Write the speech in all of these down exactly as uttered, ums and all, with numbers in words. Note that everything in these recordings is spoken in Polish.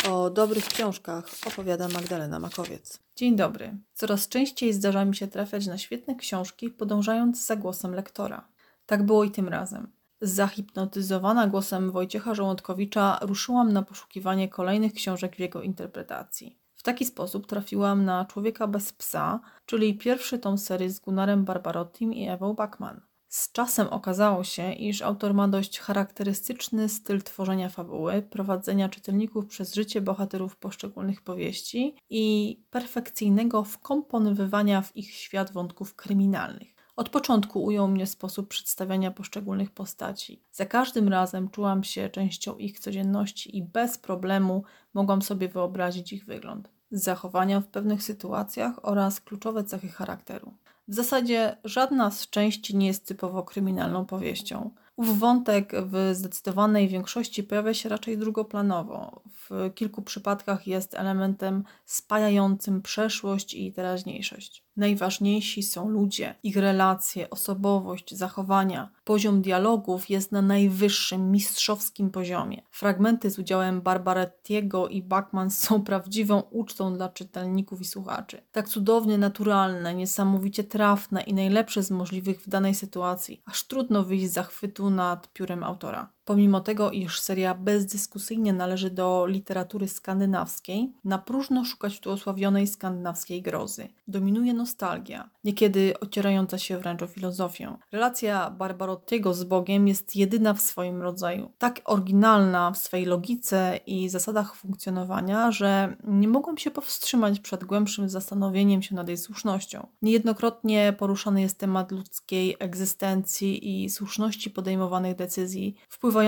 O dobrych książkach opowiada Magdalena Makowiec. Dzień dobry. Coraz częściej zdarza mi się trafiać na świetne książki, podążając za głosem lektora. Tak było i tym razem. Zahipnotyzowana głosem Wojciecha Żołądkowicza ruszyłam na poszukiwanie kolejnych książek w jego interpretacji. W taki sposób trafiłam na Człowieka bez psa, czyli pierwszy tom serii z Gunnarem Barbarottim i Ewą Backman. Z czasem okazało się, iż autor ma dość charakterystyczny styl tworzenia fabuły, prowadzenia czytelników przez życie bohaterów poszczególnych powieści i perfekcyjnego wkomponowywania w ich świat wątków kryminalnych. Od początku ujął mnie sposób przedstawiania poszczególnych postaci. Za każdym razem czułam się częścią ich codzienności i bez problemu mogłam sobie wyobrazić ich wygląd, zachowania w pewnych sytuacjach oraz kluczowe cechy charakteru. W zasadzie żadna z części nie jest typowo kryminalną powieścią. Ów wątek w zdecydowanej większości pojawia się raczej drugoplanowo. W kilku przypadkach jest elementem spajającym przeszłość i teraźniejszość. Najważniejsi są ludzie, ich relacje, osobowość, zachowania. Poziom dialogów jest na najwyższym, mistrzowskim poziomie. Fragmenty z udziałem Barbarettiego i Backman są prawdziwą ucztą dla czytelników i słuchaczy. Tak cudownie naturalne, niesamowicie trafne i najlepsze z możliwych w danej sytuacji, aż trudno wyjść z zachwytu nad piórem autora. Pomimo tego, iż seria bezdyskusyjnie należy do literatury skandynawskiej, na próżno szukać tu osławionej skandynawskiej grozy. Dominuje nostalgia, niekiedy ocierająca się wręcz o filozofię. Relacja Barbarottiego z Bogiem jest jedyna w swoim rodzaju. Tak oryginalna w swej logice i zasadach funkcjonowania, że nie mogłam się powstrzymać przed głębszym zastanowieniem się nad jej słusznością. Niejednokrotnie poruszany jest temat ludzkiej egzystencji i słuszności podejmowanych decyzji, wpływających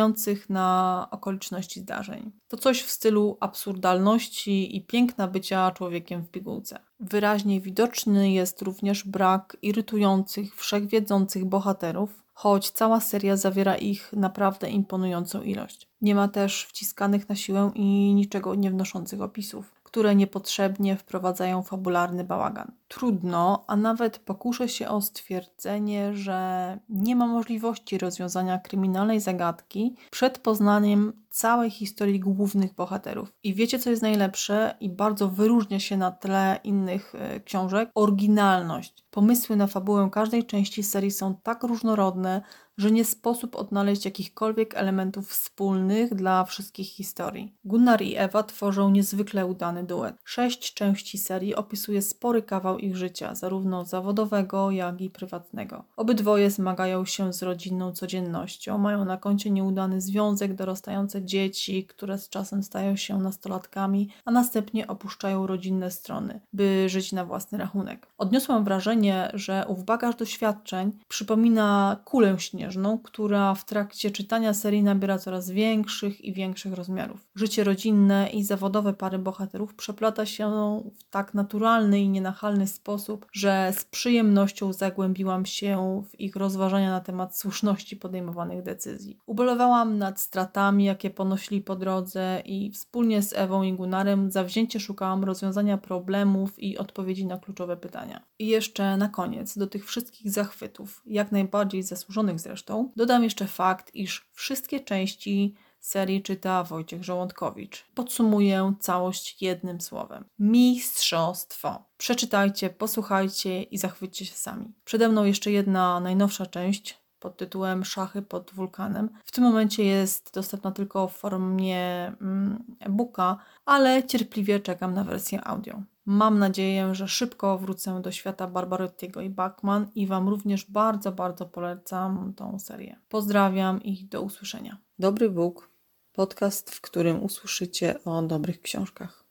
na okoliczności zdarzeń. To coś w stylu absurdalności i piękna bycia człowiekiem w pigułce. Wyraźnie widoczny jest również brak irytujących, wszechwiedzących bohaterów, choć cała seria zawiera ich naprawdę imponującą ilość. Nie ma też wciskanych na siłę i niczego nie wnoszących opisów, które niepotrzebnie wprowadzają fabularny bałagan. Trudno, a nawet pokuszę się o stwierdzenie, że nie ma możliwości rozwiązania kryminalnej zagadki przed poznaniem całej historii głównych bohaterów. I wiecie, co jest najlepsze i bardzo wyróżnia się na tle innych e, książek? Oryginalność. Pomysły na fabułę każdej części serii są tak różnorodne, że nie sposób odnaleźć jakichkolwiek elementów wspólnych dla wszystkich historii. Gunnar i Ewa tworzą niezwykle udany duet. Sześć części serii opisuje spory kawał ich życia, zarówno zawodowego, jak i prywatnego. Obydwoje zmagają się z rodzinną codziennością, mają na koncie nieudany związek, dorastające dzieci, które z czasem stają się nastolatkami, a następnie opuszczają rodzinne strony, by żyć na własny rachunek. Odniosłam wrażenie, że ów bagaż doświadczeń przypomina kulę śnieżną, która w trakcie czytania serii nabiera coraz większych i większych rozmiarów. Życie rodzinne i zawodowe pary bohaterów przeplata się w tak naturalny i nienachalny sposób, że z przyjemnością zagłębiłam się w ich rozważania na temat słuszności podejmowanych decyzji. Ubolewałam nad stratami, jakie ponosili po drodze i wspólnie z Ewą i Gunnarem zawzięcie szukałam rozwiązania problemów i odpowiedzi na kluczowe pytania. I jeszcze na koniec, do tych wszystkich zachwytów, jak najbardziej zasłużonych zresztą, dodam jeszcze fakt, iż wszystkie części serii czyta Wojciech Żołądkowicz. Podsumuję całość jednym słowem. Mistrzostwo. Przeczytajcie, posłuchajcie i zachwyćcie się sami. Przede mną jeszcze jedna najnowsza część pod tytułem Szachy pod wulkanem. W tym momencie jest dostępna tylko w formie mm, e-booka, ale cierpliwie czekam na wersję audio. Mam nadzieję, że szybko wrócę do świata Barbarottiego i Backman i Wam również bardzo, bardzo polecam tą serię. Pozdrawiam i do usłyszenia. Dobry Bóg, podcast, w którym usłyszycie o dobrych książkach.